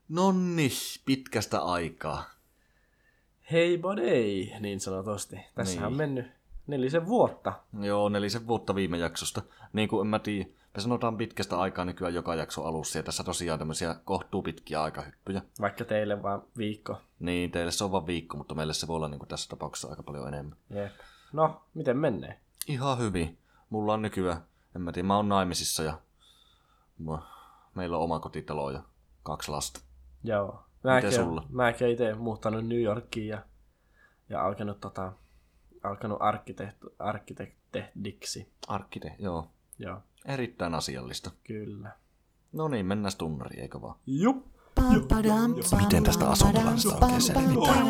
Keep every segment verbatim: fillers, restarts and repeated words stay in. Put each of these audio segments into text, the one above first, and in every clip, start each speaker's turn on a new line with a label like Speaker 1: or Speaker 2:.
Speaker 1: Nonni, pitkästä aikaa.
Speaker 2: Hei bodei, niin sanotusti. Tässä
Speaker 1: Niin.
Speaker 2: on mennyt nelisen vuotta.
Speaker 1: Joo, nelisen vuotta viime jaksosta. Niin kuin en mä tiedä, me sanotaan pitkästä aikaa nykyään joka jakso alussa, ja tässä tosiaan tämmöisiä kohtuu pitkiä aikahyppyjä.
Speaker 2: Vaikka teille vaan viikko.
Speaker 1: Niin, teille se on vaan viikko, mutta meille se voi olla niin kuin tässä tapauksessa aika paljon enemmän.
Speaker 2: Jep. No, miten menee?
Speaker 1: Ihan hyvin. Mulla on nykyään, en mä tiedä, mä oon naimisissa ja meillä on oma kotitalo ja kaksi lasta.
Speaker 2: Joo.
Speaker 1: Miten sulla?
Speaker 2: Mäkin oon itse muuttanut New Yorkiin ja, ja alkanut, tota, alkanut arkkitehtu, arkkitehdiksi.
Speaker 1: Arkite, joo.
Speaker 2: Joo.
Speaker 1: Erittäin asiallista.
Speaker 2: Kyllä.
Speaker 1: No niin, mennään tunnariin, eikö vaan?
Speaker 2: Jup.
Speaker 1: Miten tästä asuntolaista oikein selvitään?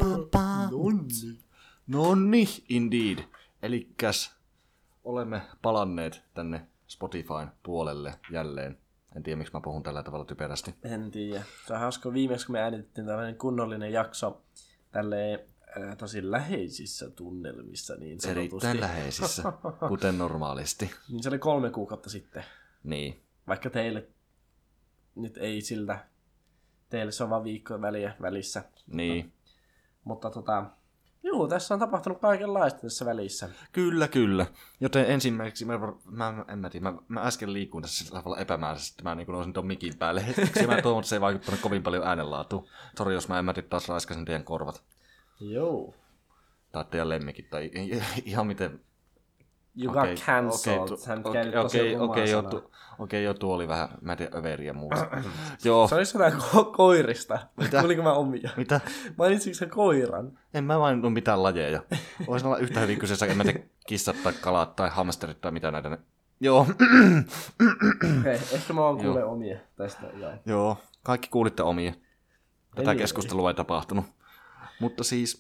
Speaker 1: Nonni, indeed. Elikkäs olemme palanneet tänne Spotifyn puolelle jälleen. En tiedä, miksi mä puhun tällä tavalla typerästi.
Speaker 2: En tiedä. Se on hauska. Viimeksi kun me äänitettiin tällainen kunnollinen jakso tälleen äh, tosi läheisissä tunnelmissa. Niin
Speaker 1: Erittäin läheisissä, kuten normaalisti.
Speaker 2: Niin se oli kolme kuukautta sitten.
Speaker 1: Niin.
Speaker 2: Vaikka teille nyt ei siltä, teille se on vaan viikko väliä välissä.
Speaker 1: Niin.
Speaker 2: Mutta, mutta tota, juu, tässä on tapahtunut kaikenlaista tässä välissä.
Speaker 1: Kyllä, kyllä. Joten ensimmäiseksi, mä, mä, en mä tiedä, mä, mä äsken liikuin tässä sillä tavalla epämääräisesti, että mä niin nousin tuon mikin päälle hetkeksi. Mä toivon, että se ei vaikuttanut kovin paljon äänenlaatuun. Sori, jos mä en mä tiedä, taas raiskasin teidän korvat.
Speaker 2: Joo.
Speaker 1: Tai teidän lemmikit, tai ihan miten...
Speaker 2: You got okay, cancelled.
Speaker 1: Okei,
Speaker 2: Hän
Speaker 1: okei,
Speaker 2: käy tosi
Speaker 1: okei,
Speaker 2: rumaa
Speaker 1: okei, jo,
Speaker 2: sanaa.
Speaker 1: tu, okei, jo tuo oli vähän, mä en tiedä, överiä muuta. Joo.
Speaker 2: Se olisi jotain ko- koirista.
Speaker 1: Mitä?
Speaker 2: Oliko mä omia?
Speaker 1: Mitä?
Speaker 2: Mainitsinko se koiran?
Speaker 1: En mä maininnut mitään lajeja. Voisi olla yhtä hyvin kyseessä, en mä tiedä, kissat tai kalat tai hamsterit tai mitä näitä ne... Joo.
Speaker 2: Okei, okay, ehkä mä oon kuule omia tästä. Joo.
Speaker 1: Joo, kaikki kuulitte omia. Tätä
Speaker 2: Eli,
Speaker 1: keskustelua ei tapahtunut. Mutta siis...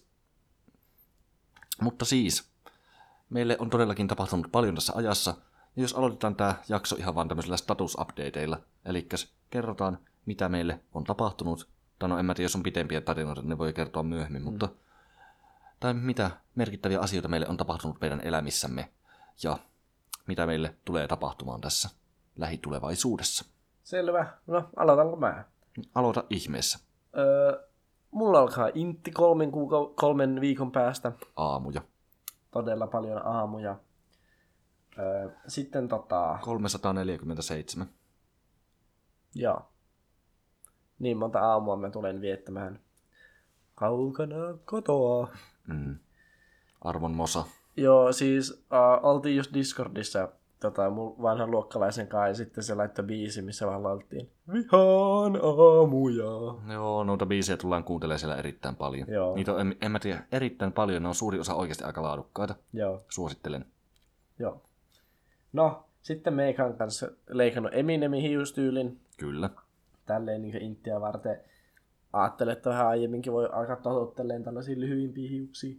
Speaker 1: Mutta siis... Meille on todellakin tapahtunut paljon tässä ajassa. Ja jos aloitetaan tää jakso ihan vaan tämmöisillä status-updateilla. Elikkäs kerrotaan, mitä meille on tapahtunut. Tai no en mä tiedä, jos on pitempiä tarinoita, ne voi kertoa myöhemmin, mm. mutta... Tai mitä merkittäviä asioita meille on tapahtunut meidän elämissämme. Ja mitä meille tulee tapahtumaan tässä lähitulevaisuudessa.
Speaker 2: Selvä. No, aloitanko mä?
Speaker 1: Aloita ihmeessä.
Speaker 2: Öö, mulla alkaa intti kolmen, kuuka- kolmen viikon päästä.
Speaker 1: Aamuja.
Speaker 2: Todella paljon aamuja. Öö, sitten tota...
Speaker 1: kolmesataaneljäkymmentäseitsemän.
Speaker 2: Joo. Niin monta aamua mä tulen viettämään kaukana kotoa.
Speaker 1: Mm. Arvon Mosa.
Speaker 2: Joo, siis uh, oltiin just Discordissa tota, mun vanhan luokkalaisen kanssa ja sitten se laittoi biisi, missä vaan laultiin Vihaan aamuja.
Speaker 1: Joo, noita biisejä tullaan kuuntelemaan siellä erittäin paljon.
Speaker 2: Joo.
Speaker 1: Niitä on, en, en mä tiedä, erittäin paljon. Ne on suuri osa oikeasti aika laadukkaita.
Speaker 2: Joo.
Speaker 1: Suosittelen.
Speaker 2: Joo. No, sitten meikan kanssa leikannut Eminemin hiustyylin.
Speaker 1: Kyllä.
Speaker 2: Tälleen niin inttiä varten. Ajattelin, että vähän aiemminkin voi alkaa totuttelemaan tällaisia lyhyimpiä hiuksia.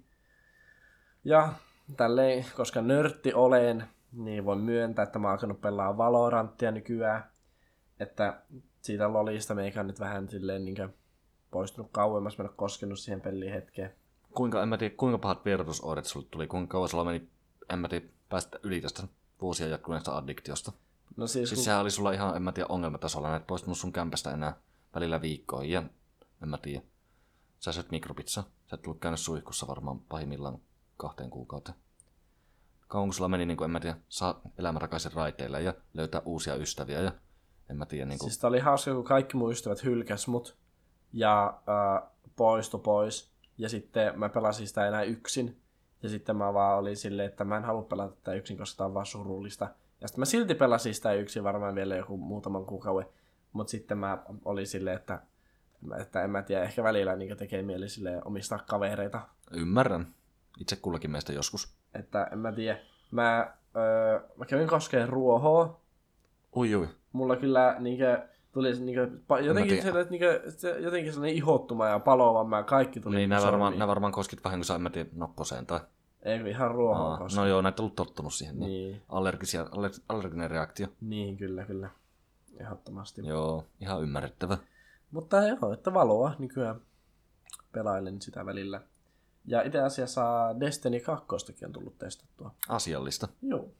Speaker 2: Ja tälleen, koska nörtti olen, niin voin myöntää, että mä oon alkanut pelaa Valoranttia nykyään. Että siitä lolista meikä on nyt vähän silleen niin poistunut kauemmas, mä en ole koskenut siihen peliin hetkeen.
Speaker 1: Kuinka, en mä tiedä, kuinka pahat vierotusoireet sulle tuli? Kuinka kauan sulla meni, en mä tiedä, päästä yli tästä vuosia jatkuneesta addiktiosta?
Speaker 2: No siis,
Speaker 1: Siis
Speaker 2: kun...
Speaker 1: sehän oli sulla ihan, en mä tiedä, ongelmatasolla. Näet poistunut sun kämpästä enää välillä viikkoihin ja en mä tiedä. Sä syöt mikropizza. Sä et tullut käynyt suihkussa varmaan pahimmillaan kahteen kuukauteen. Kauanko sulla meni, niin kuin, en mä tiedä, saa elämänrakaisin raiteille ja löytää uusia ystäviä ja en mä tiedä. Niin kuin...
Speaker 2: Siis tää oli hauska, kun kaikki mun ystävät hylkäs mut ja äh, poistu pois. Ja sitten mä pelasin sitä enää yksin. Ja sitten mä vaan olin silleen, että mä en halua pelata tätä yksin, koska tää on vaan surullista. Ja sitten mä silti pelasin sitä yksin varmaan vielä joku muutaman kuukauden. Mut sitten mä olin silleen, että, että en mä tiedä, ehkä välillä niin tekee mieli silleen omistaa kavereita.
Speaker 1: Ymmärrän. Itse kullakin meistä joskus.
Speaker 2: Että en mä tiedä. Mä, öö, mä kävin koskeen ruohoa.
Speaker 1: Ui ui.
Speaker 2: Mulla kyllä niinkö tuli niinkö, jotenkin, sellainen, niinkö, jotenkin sellainen ihottuma ja palovamma ja kaikki tuli.
Speaker 1: Niin, nää varmaan, nää varmaan koskit vähän, kun sä en mä tiedä, nokkoseen tai...
Speaker 2: Ei, ihan ruohoa koskee.
Speaker 1: No joo, näitä on ollut tottunut siihen.
Speaker 2: Niin.
Speaker 1: niin. Allergisia, aller, allerginen reaktio.
Speaker 2: Niin, kyllä, kyllä. Ehdottomasti.
Speaker 1: Joo, ihan ymmärrettävä.
Speaker 2: Mutta joo, että valoa nykyään pelailen sitä välillä. Ja itse asiassa Destiny kaksi on tullut testattua.
Speaker 1: Asiallista.
Speaker 2: Joo.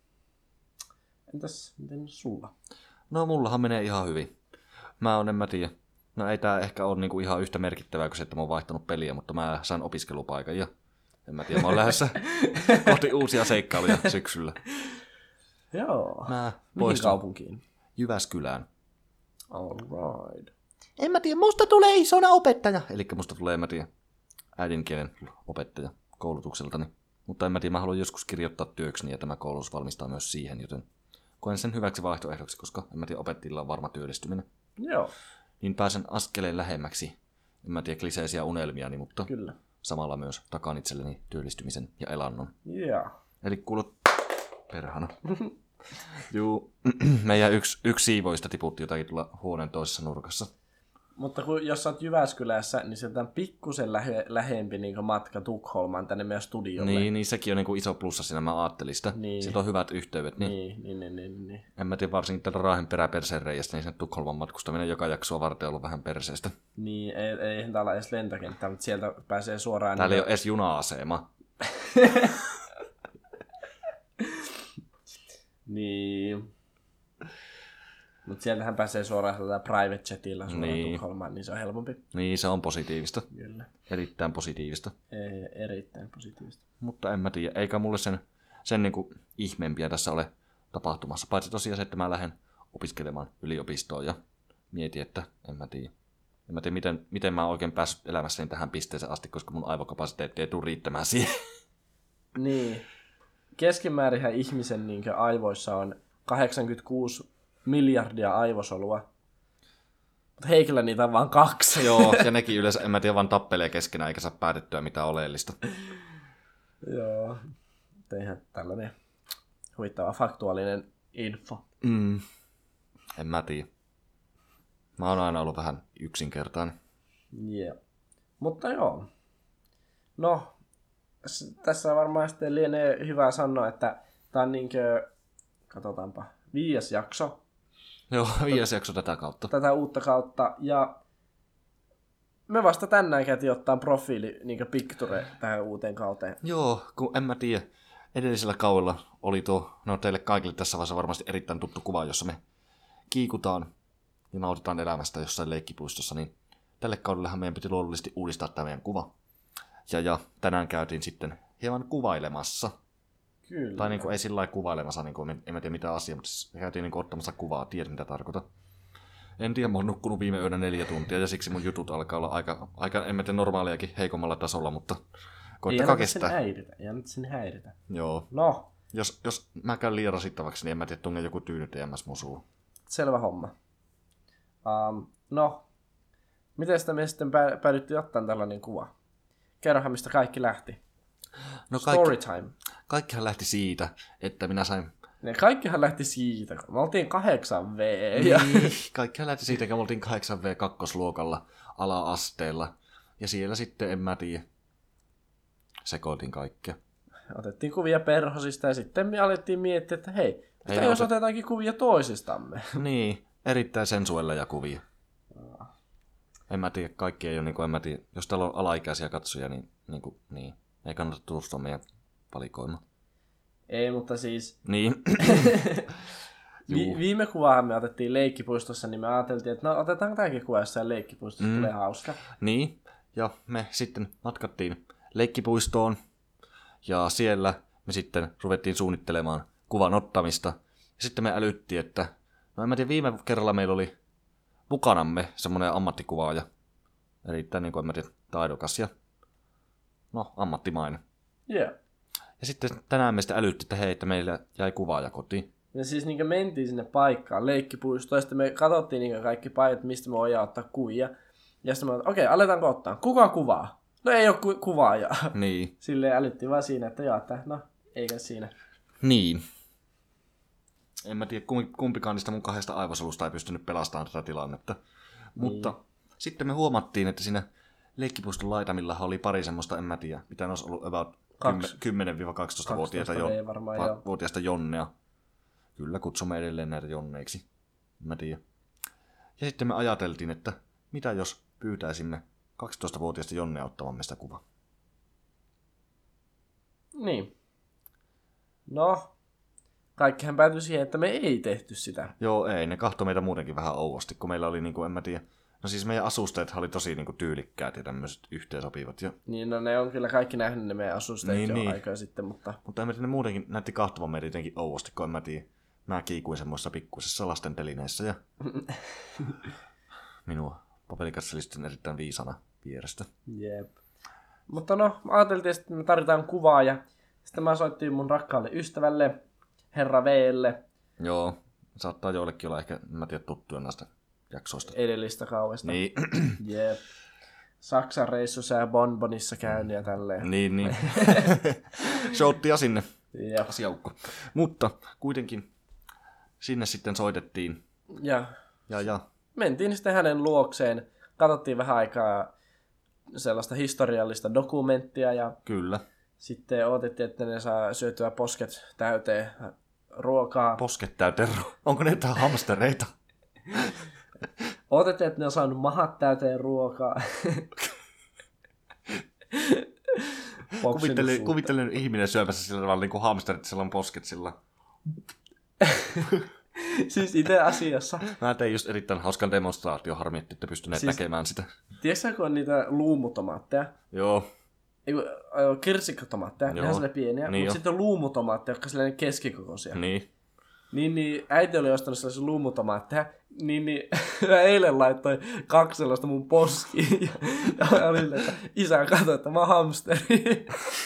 Speaker 2: Entäs, miten sulla?
Speaker 1: No mullahan menee ihan hyvin. Mä oon, en mä tiedä. No ei tää ehkä ole niinku ihan yhtä merkittävää kuin se, että mä oon vaihtanut peliä, mutta mä sain opiskelupaikan ja en mä tiedä, mä oon lähdössä kohti uusia seikkailuja syksyllä.
Speaker 2: Joo.
Speaker 1: Mä
Speaker 2: Mihin
Speaker 1: poistun
Speaker 2: kaupunkiin?
Speaker 1: Jyväskylään.
Speaker 2: Alright.
Speaker 1: En mä tiedä, musta tulee isona opettaja. Elikkä musta tulee, en mä tiedä, äidinkielen opettaja koulutukseltani. Mutta en mä tiedä, mä haluan joskus kirjoittaa työkseni ja tämä koulutus valmistaa myös siihen, joten koen sen hyväksi vaihtoehdoksi, koska en mä tiedä, opettajilla on varma työllistyminen.
Speaker 2: Joo,
Speaker 1: Niin pääsen askeleen lähemmäksi, en mä tiedä, kliseisiä unelmiani, mutta
Speaker 2: kyllä.
Speaker 1: samalla myös takaan itselleni työllistymisen ja elannon.
Speaker 2: Yeah.
Speaker 1: Eli kuulut perhana. Juu, meidän yksi, yksi siivoista tiputti jotakin tulla huoneen toisessa nurkassa.
Speaker 2: Mutta kun, jos sä oot Jyväskylässä, niin sieltä on pikkusen lähe, lähempi niin matka Tukholmaan tänne meidän studiolle.
Speaker 1: Niin, niin sekin on niin kuin iso plussa siinä, mä ajattelin sitä.
Speaker 2: Niin.
Speaker 1: Sieltä on hyvät yhteydet. Niin.
Speaker 2: Niin, niin, niin, niin, niin.
Speaker 1: En mä tiedä, varsinkin tällä Raahen peräperseen reiästä, niin sen Tukholman matkustaminen joka jaksoa varten on ollut vähän perseestä.
Speaker 2: Niin, ei, eihän täällä edes lentokenttää, mutta sieltä pääsee suoraan...
Speaker 1: Täällä
Speaker 2: niin...
Speaker 1: ei ole edes juna-asema.
Speaker 2: Niin. Mutta sieltähän pääsee suoraan tätä private jetillä suoraan
Speaker 1: Niin.
Speaker 2: Tukholmaan, niin se on helpompi.
Speaker 1: Niin, se on positiivista.
Speaker 2: Kyllä.
Speaker 1: Erittäin positiivista.
Speaker 2: E- erittäin positiivista.
Speaker 1: Mutta en mä tiedä, eikä mulle sen, sen niin kuin ihmeempiä tässä ole tapahtumassa. Paitsi tosiaan se, että mä lähden opiskelemaan yliopistoon ja mietin, että en mä tiedä. En mä tiedä, miten, miten mä oon oikein päässyt elämässäni tähän pisteeseen asti, koska mun aivokapasiteetti ei tule riittämään siihen.
Speaker 2: Niin. Keskimäärinhän ihmisen niin aivoissa on kahdeksankymmentäkuusi miljardia aivosolua. Mutta Heikillä niitä on vaan kaksi.
Speaker 1: Joo, ja nekin yleensä, en mä tiedä, vaan tappelee keskenään, eikä saa päätettyä mitään oleellista.
Speaker 2: Joo. Eihän tällainen huvittava faktuaalinen info.
Speaker 1: Mm. En mä tiedä. Mä oon aina ollut vähän yksinkertainen.
Speaker 2: Yeah. Mutta joo. No, s- tässä varmaan sitten lienee hyvä sanoa, että tää on niinkö, katsotaanpa, viides jakso
Speaker 1: Joo, viides jakso tätä kautta.
Speaker 2: tätä uutta kautta. Ja me vasta tänään käytiin ottaa profiili niinkö picture tähän uuteen kauteen.
Speaker 1: Joo, kun en mä tiedä. Edellisellä kaudella oli tuo, no teille kaikille tässä vaiheessa varmasti erittäin tuttu kuva, jossa me kiikutaan ja nautitaan elämästä jossain leikkipuistossa, niin tälle kaudellehan meidän piti luonnollisesti uudistaa tämä meidän kuva. Ja, ja tänään käytiin sitten hieman kuvailemassa.
Speaker 2: Kyllä.
Speaker 1: Tai niin kuin, ei sillä lailla kuvailemassa, niin kuin, en mä tiedä mitä asiaa, mutta siis me käytiin niin kuin, ottamassa kuvaa, tiedät mitä tarkoitan. En tiedä, mä oon nukkunut viime yönä neljä tuntia ja siksi mun jutut alkaa olla aika, aika en mä tiedä, normaaliakin heikommalla tasolla, mutta koittakaa
Speaker 2: Ei sen
Speaker 1: kestää.
Speaker 2: häiritä, ei anneta sen häiritä.
Speaker 1: Joo.
Speaker 2: No,
Speaker 1: Jos, jos mä käyn liian rasittavaksi, niin en mä tiedä, tunne joku tyyny T M S mun suuhun.
Speaker 2: selvä homma. Um, no, miten sitä me sitten pää- päädyttiin ottamaan tällainen kuva? Kerrohan, mistä kaikki lähti.
Speaker 1: No
Speaker 2: Story
Speaker 1: kaikki,
Speaker 2: time.
Speaker 1: kaikkihan lähti siitä, että minä sain...
Speaker 2: Ne kaikkihan lähti siitä, kun me oltiin kahdeksan V. Ja...
Speaker 1: Niin, kaikkihan lähti siitä, kun me oltiin kahdeksan V kakkosluokalla ala-asteella. Ja siellä sitten, en mä tiedä, sekoitin kaikkea.
Speaker 2: Otettiin kuvia perhosista ja sitten me alettiin miettiä, että hei, mitä
Speaker 1: Ei
Speaker 2: jos
Speaker 1: otet-
Speaker 2: otetaankin kuvia toisistamme?
Speaker 1: Niin, erittäin sensuelleja kuvia. En mä tiedä, kaikki ei ole, niin kuin, en mä tiedä, jos täällä on alaikäisiä katsoja, niin, niin, kuin, niin ei kannata tutustua meidän valikoimaan.
Speaker 2: Ei, mutta siis
Speaker 1: Niin,
Speaker 2: vi- viime kuvahan me otettiin leikkipuistossa, niin me ajateltiin, että no otetaan tämäkin kuva jossain leikkipuistossa, mm. tulee hauska.
Speaker 1: niin, ja me sitten matkattiin leikkipuistoon, ja siellä me sitten ruvettiin suunnittelemaan kuvan ottamista. Ja sitten me älyttiin, että, no en mä tiedä, viime kerralla meillä oli mukanamme semmoinen ammattikuvaaja, erittäin niin kuin en mä tiedä, taidokas ja no, ammattimainen.
Speaker 2: Yeah.
Speaker 1: Ja sitten tänään me sitten älyttiin, että hei, että meillä jäi kuvaaja kotiin.
Speaker 2: Ja siis niin mentiin sinne paikkaan, leikkipuistoon, ja sitten me katsottiin niin kaikki paikat, mistä me voidaan ottaa kuvia. Ja sitten me okei, okay, aletaanko ottaa? Kuka kuvaa? No ei ole ku- kuvaajaa.
Speaker 1: Niin.
Speaker 2: Silleen älyttiin vaan siinä, että joo, että no, eikä siinä.
Speaker 1: Niin. En mä tiedä, kum- kumpikaan niistä mun kahdesta aivosolusta ei pystynyt pelastamaan tätä tilannetta. Niin. Mutta sitten me huomattiin, että siinä leikkipuiston laitamilla oli pari semmoista, en mä tiedä, mitä ne olisi ollut about
Speaker 2: Kaksi.
Speaker 1: kymmenen kaksitoista vuotiaita jo,
Speaker 2: V varmaan,
Speaker 1: va-
Speaker 2: joo.
Speaker 1: vuotiaista jonnea. Kyllä kutsumme edelleen näitä jonneiksi. En mä tiedä. Ja sitten me ajateltiin, että mitä jos pyytäisimme kaksitoistavuotiaista jonnea ottavamme sitä kuvaa.
Speaker 2: Niin. No, kaikkihan päätyi siihen, että me ei tehty sitä.
Speaker 1: Joo, ei. Ne kahtoi meitä muutenkin vähän ouvosti, kun meillä oli, niin kuin, en mä tiedä, No siis meidän asusteethan oli tosi niinku tyylikkäät ja tämmöiset yhteensopivat. Ja...
Speaker 2: Niin, no ne on kyllä kaikki nähnyt ne meidän asusteet
Speaker 1: niin,
Speaker 2: jo
Speaker 1: niin.
Speaker 2: aikaa sitten, mutta...
Speaker 1: Mutta en mä tiedä, ne muutenkin näytti kahtovan meitä jotenkin ouvosti, kun en mä tiedä. Mä kiikuin semmoisessa pikkuisessa lastentelineessä ja minua papelikatseli sitten erittäin viisana vierestä.
Speaker 2: Jep. Mutta no, ajateltiin, että me tarvitaan kuvaa ja sitten mä soittiin mun rakkaalle ystävälle, herra V:lle.
Speaker 1: Joo, saattaa joillekin olla ehkä, en mä tiedä, tuttuja näistä jaksoista.
Speaker 2: Edellistä kauesta.
Speaker 1: Niin.
Speaker 2: Jep. Saksan reissussa ja Bonbonissa käynyt ja tälleen.
Speaker 1: niin, niin. Shottia sinne.
Speaker 2: Jep.
Speaker 1: Asiaukko. Mutta kuitenkin sinne sitten soitettiin.
Speaker 2: Ja,
Speaker 1: Ja, ja.
Speaker 2: mentiin sitten hänen luokseen. Katsottiin vähän aikaa sellaista historiallista dokumenttia ja
Speaker 1: Kyllä.
Speaker 2: sitten odotettiin, että ne saa syötyä posket täyteen ruokaa.
Speaker 1: Posket täyteen. Onko ne jotain hamstereita?
Speaker 2: Odotettiin, että ne on saanut mahat täyteen ruokaa.
Speaker 1: Kuvittelen, kuvittelen ihminen syömässä sillä tavalla niin kuin hamsterit, sillä on posket sillä.
Speaker 2: Siis itse asiassa.
Speaker 1: Mä tein just erittäin hauskan demonstraatio, harmi, että ette pystyneet siis, näkemään sitä.
Speaker 2: Tiedätkö, kun on niitä luumutomaatteja?
Speaker 1: Joo.
Speaker 2: Eiku, kirsikkotomaatteja, nehän on pieniä,
Speaker 1: niin
Speaker 2: mutta sitten on luumutomaatteja, jotka on sellainen keskikokoisia.
Speaker 1: Niin.
Speaker 2: Niin, niin äiti oli ostanut sellaisia luumutomaatteja, niin, niin mä eilen laittoin kaksi sellaista mun poskiin. Ja, ja oli silleen, että isä katsoi, että mä oon hamsteri.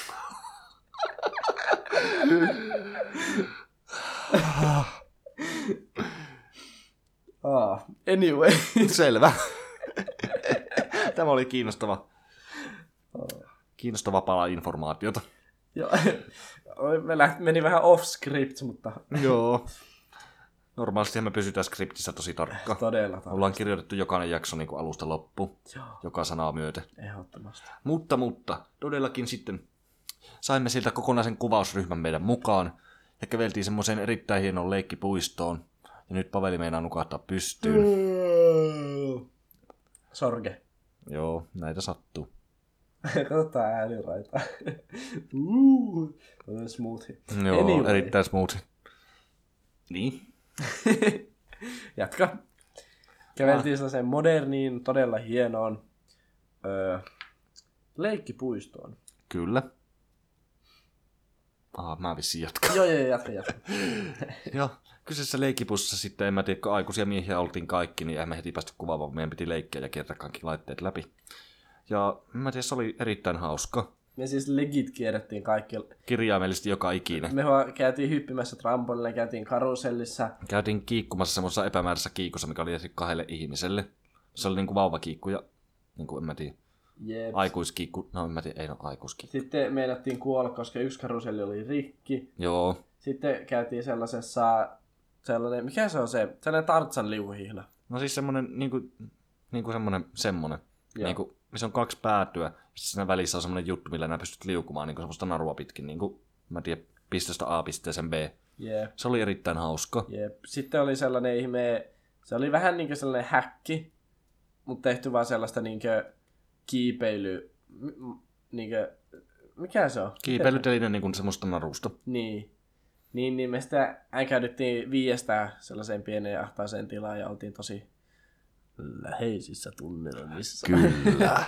Speaker 2: ah, anyway.
Speaker 1: Selvä. Tämä oli kiinnostava. Kiinnostava pala informaatiota.
Speaker 2: Joo. Me lähti, meni vähän off script, mutta...
Speaker 1: Joo. Normaalisti me pysytään skriptissä tosi tarkkaan.
Speaker 2: Todella tarkkaan.
Speaker 1: Ollaan kirjoitettu jokainen jakso niin kuin alusta loppuun.
Speaker 2: Joo.
Speaker 1: Joka sanaa myöten.
Speaker 2: Ehdottomasti.
Speaker 1: Mutta, mutta, todellakin sitten saimme siltä kokonaisen kuvausryhmän meidän mukaan. Ja käveltiin semmoiseen erittäin hienoon leikkipuistoon. Ja nyt Paveli meinaa nukahtaa pystyyn.
Speaker 2: Sorge.
Speaker 1: Joo, näitä sattuu.
Speaker 2: Katsotaan ääniraita. Uuu, smoothie.
Speaker 1: Joo,
Speaker 2: anyway.
Speaker 1: Erittäin smoothie. Niin.
Speaker 2: Jatka. Käveltiin ah. sellaiseen moderniin, todella hienoon öö, leikkipuistoon.
Speaker 1: Kyllä. Aha, mä vissiin jatkan.
Speaker 2: Joo, joo, jatka, jatka.
Speaker 1: Joo, kyseessä leikkipussissa sitten, en mä tiedä, kun aikuisia miehiä oltiin kaikki, niin emme heti päästä kuvaamaan, meidän piti leikkiä ja kiertää kaikki laitteet läpi. Ja mä tiedän, se oli erittäin hauska.
Speaker 2: Me siis legit kierrettiin kaikki.
Speaker 1: Kirjaimellisesti joka ikinen.
Speaker 2: Me vaan käytiin hyppimässä trampolilla, käytiin karusellissa.
Speaker 1: Käytiin kiikkumassa semmoisessa epämääräisessä kiikussa, mikä oli kahdelle ihmiselle. Se oli niinku vauvakiikku ja, niinku en mä tiedä,
Speaker 2: Jeps.
Speaker 1: aikuiskiikku. No en mä tiedä, ei no aikuiskiikku.
Speaker 2: Sitten meinattiin kuolla, koska yksi karuselli oli rikki.
Speaker 1: Joo.
Speaker 2: Sitten käytiin sellaisessa, sellainen, mikä se on se, sellainen Tarzan liukuhihna.
Speaker 1: No siis semmonen, niinku, niinku semmonen, semmonen. Niinku, missä on kaksi päätyä, ja siinä välissä on semmoinen juttu, millä nää pystyt liukumaan niin semmoista narua pitkin, niin kuin, mä en tiedä, pisteestä A pisteeseen B.
Speaker 2: Yep.
Speaker 1: Se oli erittäin hauska.
Speaker 2: Yep. Sitten oli sellainen ihme, se oli vähän niin kuin sellainen häkki, mutta tehty vaan sellaista niin kuin kiipeily, niin kuin, mikä se on?
Speaker 1: Kiipeilyteline niin kuin semmoista narusta.
Speaker 2: Niin. Niin, niin me sitä äkäydyttiin viiestä sellaiseen pieneen ahtaaseen tilaan ja oltiin tosi läheisissä tunnelmissa.
Speaker 1: Kyllä.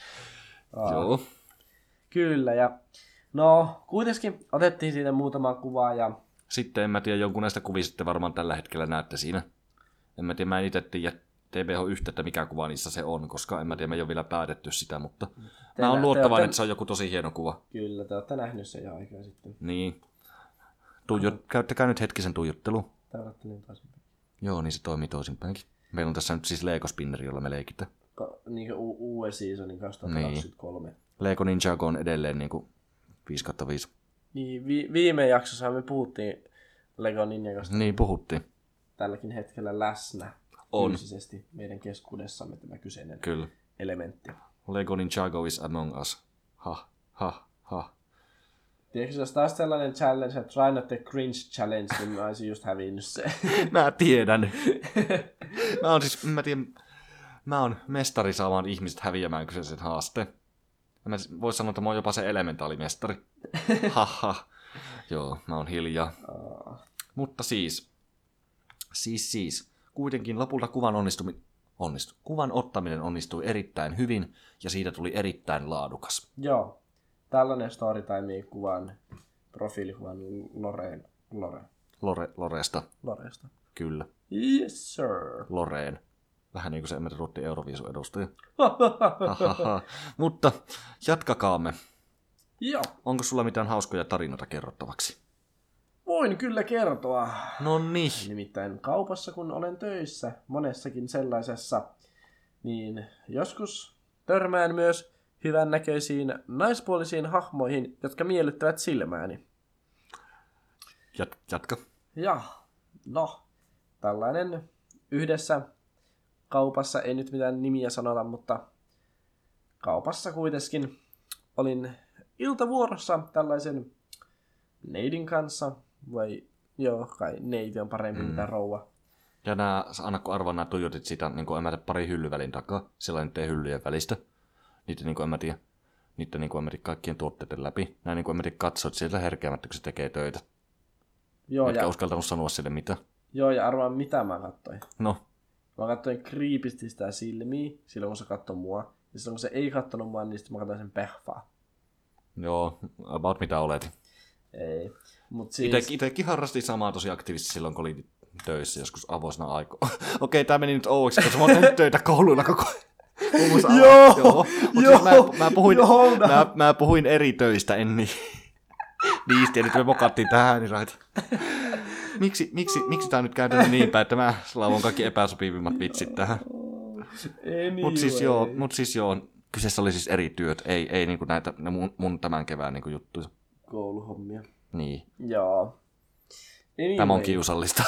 Speaker 1: Joo.
Speaker 2: Kyllä, ja no kuitenkin otettiin siitä muutama kuva ja...
Speaker 1: Sitten en mä tiedä, jonkun näistä kuvista varmaan tällä hetkellä näette siinä. En mä tiedä, mä en itse tiedä T B H yhtä, että mikä kuva niissä se on, koska en mä tiedä, me ei ole vielä päätetty sitä, mutta te mä oon luottavainen, olette... että se on joku tosi hieno kuva.
Speaker 2: Kyllä, te olette nähnyt sen jo aikaa sitten.
Speaker 1: Niin. Tuijot... Käyttäkää nyt hetkisen tuijottelu.
Speaker 2: Tää olette niin toisinpäin.
Speaker 1: Joo, niin se toimii toisinpäinkin. Meillä on tässä nyt siis Lego Spinneri, jolla me leikitään.
Speaker 2: Ka- niin kuin u- uuden seasonin kaksituhattakaksikymmentäkolme.
Speaker 1: Niin. Lego Ninjago on edelleen niin kuin viisi kautta viisi.
Speaker 2: Niin, vi- viime jaksossa me puhuttiin Lego Ninjagosta.
Speaker 1: Niin, puhuttiin.
Speaker 2: Tälläkin hetkellä läsnä
Speaker 1: on
Speaker 2: fyysisesti meidän keskuudessamme tämä kyseinen
Speaker 1: Kyllä.
Speaker 2: elementti.
Speaker 1: Lego Ninjago is among us. Ha, ha, ha.
Speaker 2: Tiedätkö, jos taas sellainen challenge, että try not the cringe challenge, niin mä olisin just hävinnyt se.
Speaker 1: Mä tiedän. Mä oon siis, mä tiedän, mä oon mestari saamaan ihmiset häviämään kyseisen haasteen. Mä vois sanoa, että mä oon jopa se elementaalimestari. Haha. Joo, mä oon hiljaa. Oh. Mutta siis, siis, siis, kuitenkin lopulta kuvan onnistumi, onnistui. Kuvan ottaminen onnistui erittäin hyvin ja siitä tuli erittäin laadukas.
Speaker 2: Joo. Tällainen storytime kuvan profiilikuvan Loreen. Lore.
Speaker 1: Lore, Loresta.
Speaker 2: Loresta.
Speaker 1: Kyllä.
Speaker 2: Yes, sir.
Speaker 1: Loreen. Vähän niin kuin se Emmeri Ruotti Euroviisun edustaja. Mutta jatkakaamme.
Speaker 2: Joo.
Speaker 1: Onko sulla mitään hauskoja tarinoita kerrottavaksi?
Speaker 2: Voin kyllä kertoa.
Speaker 1: No niin.
Speaker 2: Nimittäin kaupassa, kun olen töissä, monessakin sellaisessa, niin joskus törmään myös hyvännäköisiin naispuolisiin hahmoihin, jotka miellyttävät silmääni.
Speaker 1: Jat- jatka.
Speaker 2: Ja, no, tällainen yhdessä kaupassa, ei nyt mitään nimiä sanota, mutta kaupassa kuitenkin olin iltavuorossa tällaisen neidin kanssa, vai joo, kai neiti on parempi mm. mitä rouva.
Speaker 1: Ja nää, anna kun arvaa, nää tuijotit sitä niin kuin en mä tiedä, pari hyllyvälin takaa, sillä nyt ei hyllyjen välistä. Niitä niin kuin en mä tiedä, niitä niin kuin en mä tiedä kaikkien tuotteiden läpi. Nää niin kuin en mä tiedä katsoit sieltä herkeämättä, kun se tekee töitä.
Speaker 2: Joo,
Speaker 1: Etkä
Speaker 2: ja,
Speaker 1: uskaltanut sanoa sille mitä.
Speaker 2: joo, ja arvaa mitä mä katsoin.
Speaker 1: No.
Speaker 2: Mä katsoin kriipisti sitä silmiä, silloin kun se katsoi mua. Ja silloin kun se ei kattonut mua, niin sitten mä katsoin sen pehfaa. Joo,
Speaker 1: about mitä oletin.
Speaker 2: Ei. Mut siis...
Speaker 1: Ite, itekin harrastin samaa tosi aktiivisesti silloin, kun olin töissä joskus avoisena aikoina. Okei, tää meni nyt ouiksi, koska mä oon tehnyt töitä kouluilla koko ajan.
Speaker 2: Joo,
Speaker 1: joo. Mut
Speaker 2: joo,
Speaker 1: siis mä, mä, puhuin,
Speaker 2: joo,
Speaker 1: mä, mä puhuin eri töistä, en niin. Niistä, ja nyt me mokattiin tähän, niin raita. Miksi, miksi, miksi tää on nyt käynyt niin päin, että mä lauon kaikki epäsopivimmat vitsit tähän.
Speaker 2: Anyway.
Speaker 1: Mut siis joo, mut siis joo, kyseessä oli siis eri työt, ei, ei niinku näitä ne mun, mun tämän kevään niinku juttuja.
Speaker 2: Kouluhommia.
Speaker 1: Niin.
Speaker 2: Joo. Anyway.
Speaker 1: Tämä on kiusallista.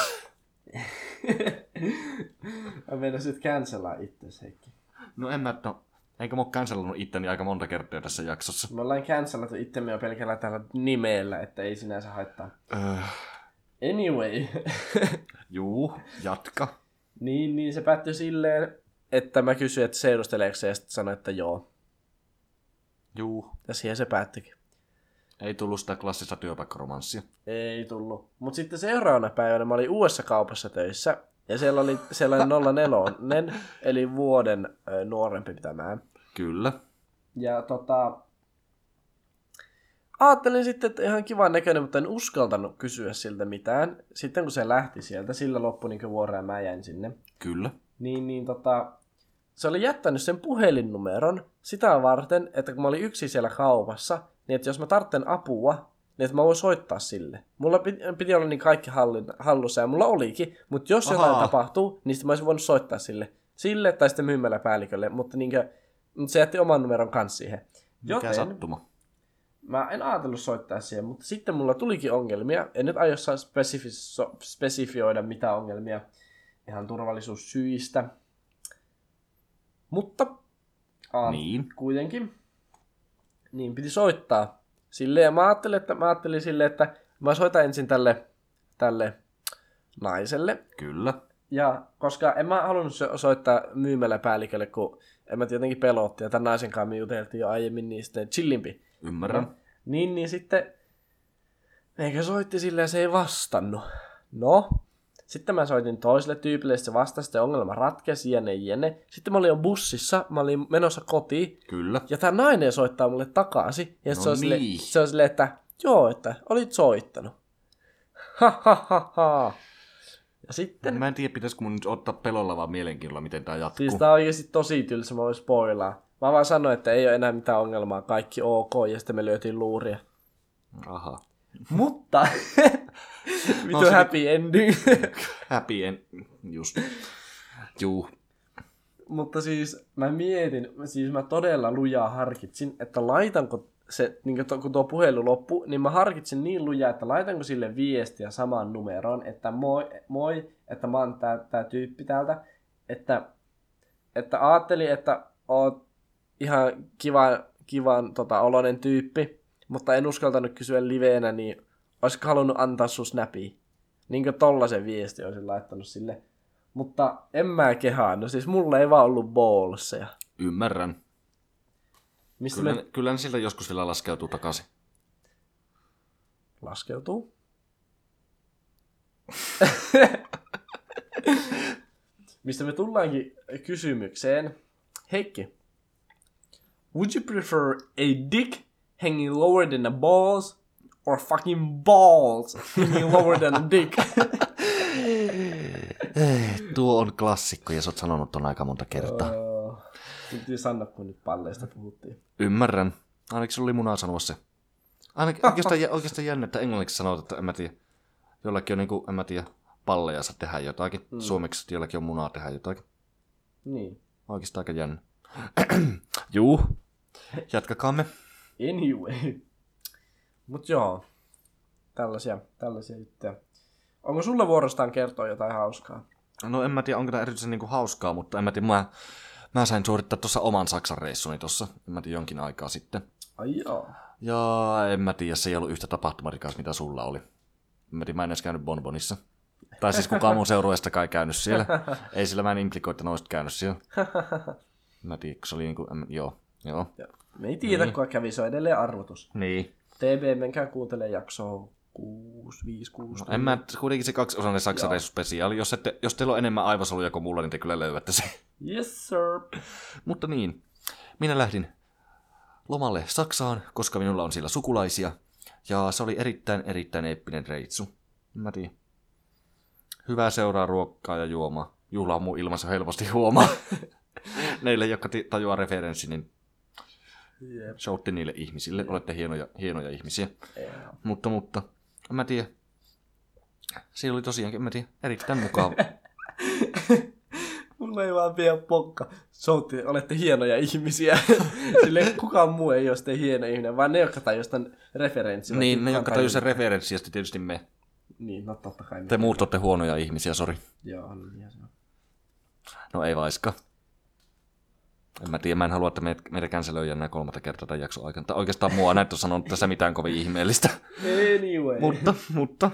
Speaker 2: Mä meinasin nyt cancelaa itses, Heikki.
Speaker 1: No en mä, no, enkä mä oo cancellannut itteni aika monta kertaa tässä jaksossa.
Speaker 2: Me ollaan cancellattu itsemme jo pelkällä tällä nimellä, että ei sinänsä haittaa.
Speaker 1: Öö.
Speaker 2: Anyway.
Speaker 1: Juu, jatka.
Speaker 2: niin, niin se päättyi silleen, että mä kysyin, että seurusteleeko se, ja sitten sanoin, että joo.
Speaker 1: Juu.
Speaker 2: Ja siihen se päättyikin.
Speaker 1: Ei tullut sitä klassista työpaikkaromanssia.
Speaker 2: Ei tullut. Mutta sitten seuraavana päivänä mä olin uudessa kaupassa töissä, ja siellä oli sellainen nolla neljä, eli vuoden ö, nuorempi mitä mä.
Speaker 1: Kyllä.
Speaker 2: Ja tota... Ajattelin sitten, että ihan kivan näköinen, mutta en uskaltanut kysyä siltä mitään. Sitten kun se lähti sieltä, sillä loppui niin vuoro ja mä jäin sinne.
Speaker 1: Kyllä.
Speaker 2: Niin, niin tota... Se oli jättänyt sen puhelinnumeron sitä varten, että kun mä olin yksin siellä kaupassa, niin että jos mä tarvitsen apua, niin että mä voin soittaa sille. Mulla piti, piti olla niin kaikki hallin, hallussa, ja mulla olikin, mutta jos
Speaker 1: Ahaa.
Speaker 2: jotain tapahtuu, niin sitten mä olisin voinut soittaa sille. Sille tai sitten myymäläpäällikölle, mutta, niin kuin, mutta se jätti oman numeron kanssa siihen.
Speaker 1: Mikä
Speaker 2: Joten
Speaker 1: sattuma?
Speaker 2: Mä en ajatellut soittaa siihen, mutta sitten mulla tulikin ongelmia. En nyt aio saa spesifi- spesifioida mitä ongelmia ihan turvallisuussyistä. Mutta aa,
Speaker 1: Niin.
Speaker 2: kuitenkin niin piti soittaa sille, ja mä ajattelin, että mä ajattelin sille, että mä soitan ensin tälle, tälle naiselle.
Speaker 1: Kyllä.
Speaker 2: Ja koska en mä halunnut so- soittaa myymäläpäällikölle, kun en mä tietenkin pelotti, ja tämän naisen kanssa me juteltiin jo aiemmin niin sitten chillimpi.
Speaker 1: Ymmärrän.
Speaker 2: No, niin, niin sitten meikä soitti sille ja se ei vastannut. No, sitten mä soitin toiselle tyypille, se vastasi, sitten ongelma ratkesi, jene, jene. Sitten mä olin jo bussissa, mä olin menossa kotiin.
Speaker 1: Kyllä.
Speaker 2: Ja tää nainen soittaa mulle takaisin. Ja
Speaker 1: No
Speaker 2: se, on sille,
Speaker 1: niin.
Speaker 2: se on silleen, että joo, että olit soittanut. Ha ha ha ha. Ja sitten...
Speaker 1: Mä en tiedä, pitäisikö mun nyt ottaa pelolla vaan mielenkiinnolla, miten tää jatkuu.
Speaker 2: Siis tää on oikeesti tosi tylsä, mä voin spoilaa. Mä vaan sanoin, että ei ole enää mitään ongelmaa, kaikki ok, ja sitten me lyötiin luuria.
Speaker 1: Aha.
Speaker 2: Mutta... Vitu
Speaker 1: No, se-
Speaker 2: happy ending.
Speaker 1: Happy en... Just. Juu.
Speaker 2: Mutta siis mä mietin, siis mä todella lujaa harkitsin, että laitanko se, niin kun tuo puhelu loppui, niin mä harkitsin niin lujaa, että laitanko sille viestiä samaan numeroon, että moi, moi että mä oon tää, tää tyyppi täältä, että, että ajattelin, että oot ihan kiva, kivan tota, oloinen tyyppi, mutta en uskaltanut kysyä liveenä, niin olisiko halunnut antaa sun snapia. Niin kuin tollasen viesti olisin laittanut sille. Mutta en mä kehaa. No siis mulla ei vaan ollut ballseja.
Speaker 1: Ymmärrän.
Speaker 2: Mistä
Speaker 1: Kyllä,
Speaker 2: me
Speaker 1: kyllä ne siltä joskus vielä laskeutuu takaisin.
Speaker 2: laskeutuu? mistä me tullaankin kysymykseen. Heikki, would you prefer a dick hanging lower than a balls or fucking balls hanging lower than a dick?
Speaker 1: Tuo on klassikko ja sä oot sanonut ton aika monta kertaa.
Speaker 2: Oh, piti sanoa, kun nyt palleista puhuttiin.
Speaker 1: Ymmärrän. Ainakin sulla oli munaa sanoa se. Ainakin oikeastaan, oikeastaan jännä, että englanniksi sanoo, että en mä tiedä. Jollakin on niinku, en mä tiedä, palleja saa tehdä jotakin. Mm. Suomeksi jollakin on munaa tehdä jotakin.
Speaker 2: Niin.
Speaker 1: Oikeastaan aika jännä. Juu. Jatkakaamme.
Speaker 2: Anyway. Mut joo. Tällaisia, tällaisia juttuja. Onko sulle vuorostaan kertoa jotain hauskaa?
Speaker 1: No en mä tiedä, onko tämä erityisen niinku hauskaa, mutta en mä tiedä, mä, mä sain suorittaa tuossa oman Saksan reissuni tuossa, en mä tiedä, jonkin aikaa sitten.
Speaker 2: Ai joo.
Speaker 1: Ja en mä tiedä, se ei ollut yhtä tapahtumarikas, mitä sulla oli. En mä tiedä, mä en edes käynyt Bonbonissa. Tai siis kukaan mun seurueesta ei käynyt siellä. Ei sillä mä en implikoi, että noisit käynyt siellä. En mä tiedä, kun se oli niinku, en, joo, joo.
Speaker 2: Me ei tiedä,
Speaker 1: niin.
Speaker 2: Kuka kävi, se on edelleen arvotus.
Speaker 1: Niin.
Speaker 2: T B, menkää kuuntelemaan jaksoa kuusi, viisi, kuusi.
Speaker 1: No, en mä, kuitenkin se kaksi-osainen Saksan reissuspesiaali. Jos, ette, jos teillä on enemmän aivosoluja kuin mulla, niin te kyllä löydätte sen.
Speaker 2: Yes, sir.
Speaker 1: Mutta niin, minä lähdin lomalle Saksaan, koska minulla on siellä sukulaisia. Ja se oli erittäin, erittäin eeppinen reitsu. Mä tiedän. Hyvää seuraa ruokkaa ja juomaa. Juhla on mun ilmassa helposti huomaa. Neille, jotka tajuaa referenssi, niin
Speaker 2: Yep.
Speaker 1: shoutti niille ihmisille. Yep. Olette hienoja, hienoja ihmisiä.
Speaker 2: Yeah.
Speaker 1: Mutta, mutta, en mä tiedä. Siinä oli tosiaankin, en mä tiedä, erittäin mukava.
Speaker 2: Mulla ei vaan pidä pokka. Shoutti, olette hienoja ihmisiä. Silleen kukaan muu ei ole sitten hieno ihminen, vaan ne, jotka tajusivat tämän referenssin.
Speaker 1: Niin, ne, jotka tajusivat sen referenssin, ja sitten tietysti me.
Speaker 2: Niin, no totta kai.
Speaker 1: Te muut olette huonoja ihmisiä, sori.
Speaker 2: Joo, niin se on.
Speaker 1: No ei vaiska. En mä tiedä, mä en halua, että meitä, meitä känselöijä nämä kolmatta kertaa tämän jakson aikana. Tai oikeastaan mua näet on sanonut tässä mitään kovin ihmeellistä.
Speaker 2: Anyway.
Speaker 1: mutta, mutta.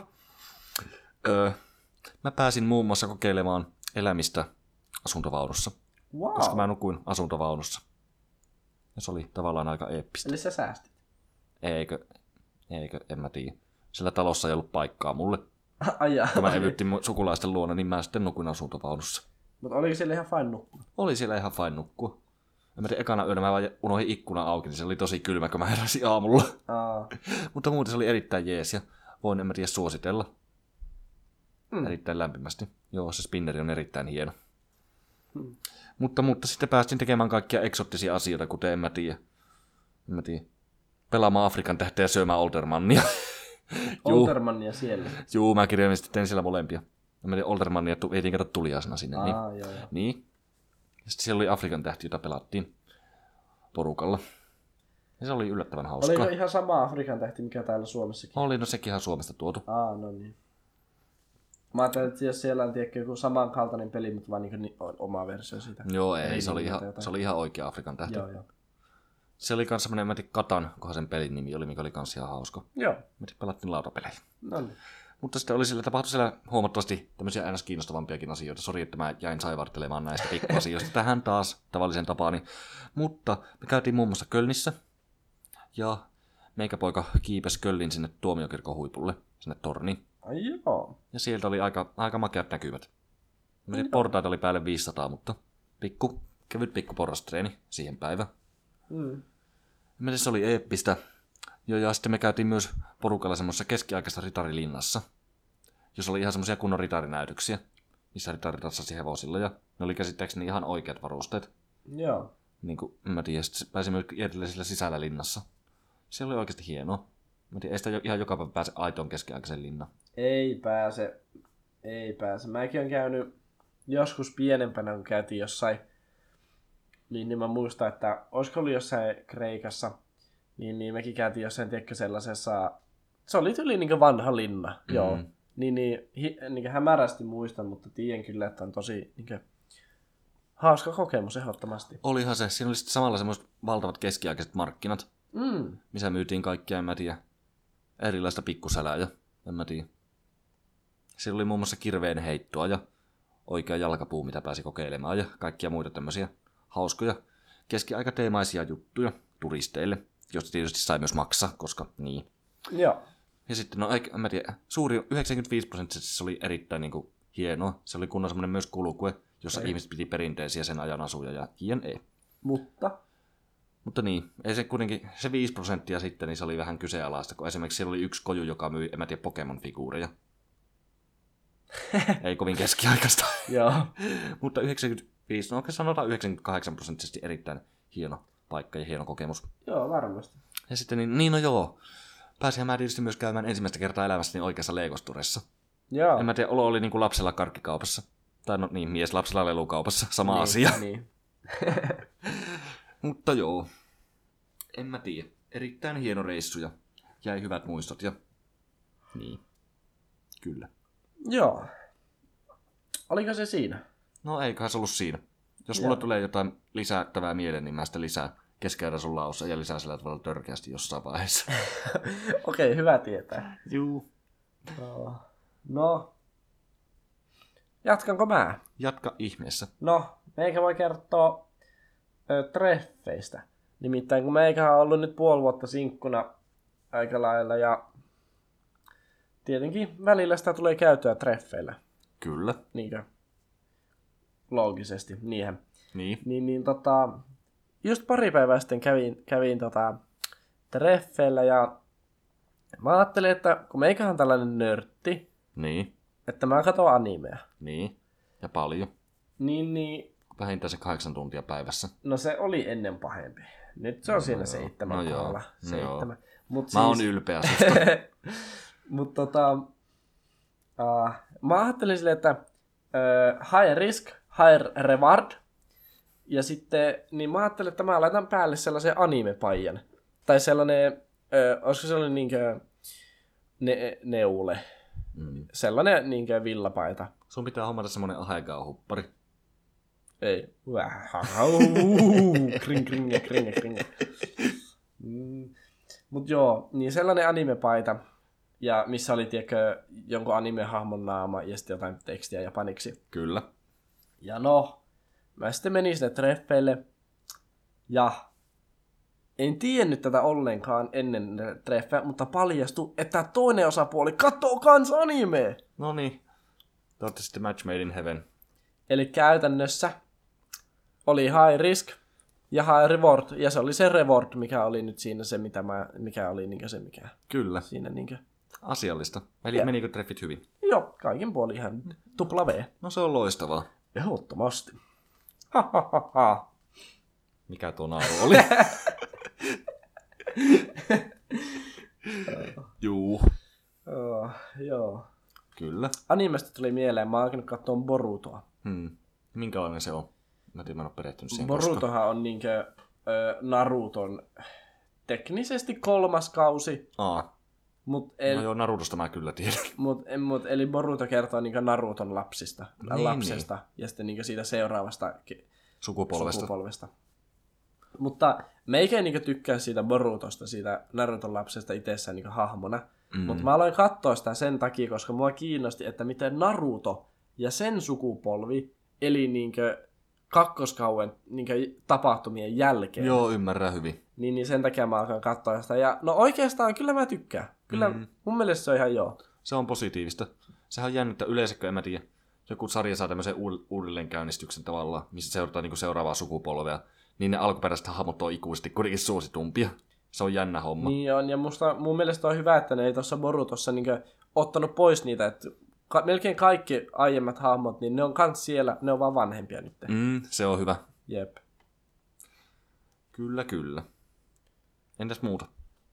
Speaker 1: Öö, mä pääsin muun muassa kokeilemaan elämistä asuntovaunussa.
Speaker 2: Wow.
Speaker 1: Koska mä nukuin asuntovaunussa. Ja se oli tavallaan aika eeppistä.
Speaker 2: Eli sä säästit.
Speaker 1: Eikö, eikö, en mä tiedä. Sillä talossa ei ollut paikkaa mulle.
Speaker 2: Ai jaa.
Speaker 1: Kun mä evyttin mun sukulaisten luona, niin mä sitten nukuin asuntovaunussa.
Speaker 2: Mutta oliko siellä ihan fine nukkua?
Speaker 1: Oli siellä ihan fine nukkua. En mä tiedä, ekana yönä mä vaan unohdin ikkuna auki, niin se oli tosi kylmä, kun mä heräsin aamulla.
Speaker 2: Aa.
Speaker 1: Mutta muuten se oli erittäin jees ja voin, en mä tiedä, suositella.
Speaker 2: Mm.
Speaker 1: Erittäin lämpimästi. Joo, se spinneri on erittäin hieno.
Speaker 2: Mm.
Speaker 1: Mutta, mutta sitten päästin tekemään kaikkia eksottisia asioita, kuten en mä tiedä. En mä tiedä. Pelaamaan Afrikan tähteä ja syömään Oldermannia.
Speaker 2: Oldermannia siellä.
Speaker 1: Juu, mä kirjaimisesti tein siellä molempia. En mä tiedä, Oldermannia vietiin kato tuliaisena sinne.
Speaker 2: Aa,
Speaker 1: niin.
Speaker 2: joo, joo.
Speaker 1: niin. Ja sitten siellä oli Afrikan tähti, jota pelattiin porukalla. Ja se oli yllättävän hauskaa.
Speaker 2: Oliko ihan sama Afrikan tähti, mikä täällä Suomessakin?
Speaker 1: Oli, no sekin ihan Suomesta tuotu.
Speaker 2: Aa, no niin. Mä ajattelin, että jos siellä on tiedäkö, joku samankaltainen peli, mutta vaan niin oma versio siitä.
Speaker 1: Joo, ei, se oli, ihan, se oli ihan oikea Afrikan tähti.
Speaker 2: Joo, joo.
Speaker 1: Se oli kans semmonen, mä tiedän, Katan, kunhan sen pelin nimi oli, mikä oli kans ihan hauska.
Speaker 2: Joo.
Speaker 1: Me pelattiin lautapelejä.
Speaker 2: No niin.
Speaker 1: Mutta sitten oli sillä, tapahtui siellä huomattavasti tämmöisiä äänes kiinnostavampiakin asioita. Sori, että mä jäin saivartelemaan näistä pikkuasioista tähän taas tavallisen tapaani. Mutta me käytiin muun muassa Kölnissä. Ja meikäpoika kiipesi Kölnin sinne tuomiokirkon huipulle, sinne torniin.
Speaker 2: Ai joo.
Speaker 1: Ja sieltä oli aika, aika makeat näkymät. Mä portaita oli päälle viisisataa, mutta pikku, kevyt pikku porrastreeni siihen päivään.
Speaker 2: Mm.
Speaker 1: Mä se oli eeppistä. Joo, ja sitten me käytiin myös porukalla semmoisessa keskiaikaisessa ritarilinnassa, jossa oli ihan semmoisia kunnon ritarinäytöksiä, missä ritarit ratsasi hevosilla, ja ne oli käsittääkseni ihan oikeat varusteet.
Speaker 2: Joo.
Speaker 1: Niin kuin, mä tiedän, sitten pääsimme edelleen sillä sisällä linnassa. Se oli oikeasti hienoa. Mä tiedän, ei sitä ihan joka päivä pääse aitoon keskiaikaisen linnaan.
Speaker 2: Ei pääse. Ei pääse. Mäkin on käynyt joskus pienempänä, kun käytiin jossain, niin, niin mä muistan, että olisiko ollut jossain Kreikassa, niin, niin mekin käytiin jossain, tiedätkö, sellaisessa, se oli tyyli niin vanha linna, mm-hmm. joo. Niin, niin, hi, niin hämärästi muistan, mutta tiedän kyllä, että on tosi niin kuin, hauska kokemus ehdottomasti.
Speaker 1: Olihan se. Siinä oli sitten samalla semmoiset valtavat keskiaikaiset markkinat,
Speaker 2: Mm.
Speaker 1: missä myytiin kaikkia, en mä tiedä, erilaista pikkusälää ja en mä tiedä. Siellä oli muun muassa kirveen heittoa ja oikea jalkapuu, mitä pääsi kokeilemaan ja kaikkia muita tämmöisiä hauskoja keskiaikateemaisia juttuja turisteille, joista tietysti sai myös maksaa, koska niin.
Speaker 2: Joo.
Speaker 1: Ja sitten, no en mä tiedä, suuri yhdeksänkymmentäviisi prosenttisesti se oli erittäin niin kuin, hienoa. Se oli kunnon semmoinen myös kulkue, jossa
Speaker 2: Ei.
Speaker 1: ihmiset piti perinteisiä sen ajan asuja ja jne.
Speaker 2: Mutta?
Speaker 1: Mutta niin, ei se kuitenkin, se viisi prosenttia sitten, niin se oli vähän kyseenalaista, kun esimerkiksi siellä oli yksi koju, joka myi, en mä tiedä, Pokemon-figuureja. Ei kovin keskiaikaista.
Speaker 2: Joo.
Speaker 1: Mutta yhdeksänkymmentäviisi, no oikein sanotaan yhdeksänkymmentäkahdeksan prosenttisesti erittäin hieno paikka ja hieno kokemus.
Speaker 2: Joo, varmasti.
Speaker 1: Ja sitten niin, niin no joo, pääsinhän mä tietysti myös käymään ensimmäistä kertaa elämässäni oikeassa Legosturessa.
Speaker 2: Joo.
Speaker 1: En mä tiedä, olo oli niin kuin lapsella karkkikaupassa. Tai no niin, mies lapsella lelukaupassa, sama
Speaker 2: niin,
Speaker 1: asia.
Speaker 2: Niin.
Speaker 1: Mutta joo, en mä tiedä. Erittäin hieno reissu ja jäi hyvät muistot ja niin, kyllä.
Speaker 2: Joo. Oliko se siinä?
Speaker 1: No eiköhän se ollut siinä. Jos
Speaker 2: Joo.
Speaker 1: mulle tulee jotain lisättävää mieleen, niin mä sitä lisää keskeeräsun laussa ja lisää sillä tavalla törkeästi jossain vaiheessa.
Speaker 2: Okei, hyvä tietää.
Speaker 1: Juu.
Speaker 2: No. no. Jatkanko mä?
Speaker 1: Jatka ihmeessä.
Speaker 2: No, meikä voi kertoa ö, treffeistä. Nimittäin kun meikä on ollut nyt puoli vuotta sinkkuna aika lailla ja tietenkin välillä sitä tulee käytyä treffeillä.
Speaker 1: Kyllä.
Speaker 2: Niinkö? Loogisesti, niinhän.
Speaker 1: Niin.
Speaker 2: Niin, niin tota, just pari päivää sitten kävin, kävin tota, treffeillä ja mä ajattelin, että kun meikähän on tällainen nörtti,
Speaker 1: Niin.
Speaker 2: että mä katson animea.
Speaker 1: Niin. Ja paljon.
Speaker 2: Niin, niin,
Speaker 1: Vähintään se kahdeksan tuntia päivässä.
Speaker 2: no se oli ennen pahempi. Nyt se on
Speaker 1: No
Speaker 2: siinä
Speaker 1: joo.
Speaker 2: seitsemän
Speaker 1: No joo.
Speaker 2: kohdalla.
Speaker 1: No
Speaker 2: Seitsemän. Mut
Speaker 1: Mä oon
Speaker 2: siis,
Speaker 1: ylpeä susta.
Speaker 2: mut tota, uh, mä ajattelin silleen, että uh, high risk, high reward. Ja sitten, niin mä ajattelin, että mä laitan päälle sellaisen anime-paijan. Tai sellainen, uh, olisiko sellainen niinkö ne, neule.
Speaker 1: Mm.
Speaker 2: Sellainen niinkö villapaita.
Speaker 1: Sun pitää hommata semmonen ahegao-huppari.
Speaker 2: Ei. kring, kring, kring, kring. Mm. Mut joo, niin sellainen anime-paita, ja missä oli, tiedätkö, jonkun anime-hahmon naama ja sitten jotain tekstiä japaniksi.
Speaker 1: Kyllä.
Speaker 2: Ja no, mä sitten menin sinne treffeille, ja en tiennyt tätä ollenkaan ennen treffejä, mutta paljastui, että toinen osapuoli katsoo kans animea.
Speaker 1: No niin. Te olette sitten match made in heaven.
Speaker 2: Eli käytännössä oli high risk ja high reward, ja se oli se reward, mikä oli nyt siinä se, mitä mä, mikä oli niinkö se, mikä
Speaker 1: Kyllä.
Speaker 2: siinä niinkö.
Speaker 1: Asiallista. Eli
Speaker 2: Jep.
Speaker 1: menikö treffit hyvin?
Speaker 2: Joo, kaikin puolin ihan tupla V.
Speaker 1: No se on loistavaa.
Speaker 2: Ehdottomasti. Ha, ha, ha, ha.
Speaker 1: Mikä tuo nauru oli? Juu.
Speaker 2: Oh, joo.
Speaker 1: Kyllä.
Speaker 2: Animesta tuli mieleen, mä oon alkanut katsoa Borutoa.
Speaker 1: Hmm. Minkälainen se on? Mä tiedän, mä en ole perehtynyt siihen koskaan.
Speaker 2: Borutohan on niinkö ö, Naruton teknisesti kolmas kausi,
Speaker 1: Aa.
Speaker 2: mut, el,
Speaker 1: No joo, Narutosta mä kyllä tiedän.
Speaker 2: mut, mut, eli Boruto kertoo niinkö Naruton lapsista,
Speaker 1: Niin,
Speaker 2: lapsesta ja sitten niinkö siitä seuraavasta ke-
Speaker 1: Sukupolvesta.
Speaker 2: sukupolvesta. Mutta meikä ei niinkö tykkää siitä Borutosta, siitä Naruton lapsesta itsessään niinkö hahmona.
Speaker 1: Mm.
Speaker 2: Mutta mä aloin katsoa sitä sen takia, koska mua kiinnosti, että miten Naruto ja sen sukupolvi eli niinkö kakkoskauen niinkö tapahtumien jälkeen.
Speaker 1: Joo, ymmärrän hyvin.
Speaker 2: Niin, niin sen takia mä alkan katsoa sitä. Ja no oikeastaan kyllä mä tykkään. Kyllä
Speaker 1: Mm.
Speaker 2: mun mielestä se on ihan joo.
Speaker 1: Se on positiivista. Sehän on jännä, että yleensäkö, en mä tiedä, joku sarja saa tämmöisen uud- uudelleenkäynnistyksen tavallaan, missä seurataan niin seuraavaa sukupolvea, niin ne alkuperäiset hahmot on ikuisesti kuitenkin suositumpia. Se on jännä homma.
Speaker 2: Niin on, ja musta, mun mielestä on hyvä, että ne ei tuossa Borutossa niinkö ottanut pois niitä, että ka- melkein kaikki aiemmat hahmot, niin ne on kans siellä, ne on vaan vanhempia nyt.
Speaker 1: Mm, se on hyvä.
Speaker 2: Jep.
Speaker 1: Kyllä, kyllä. Entäs muuta?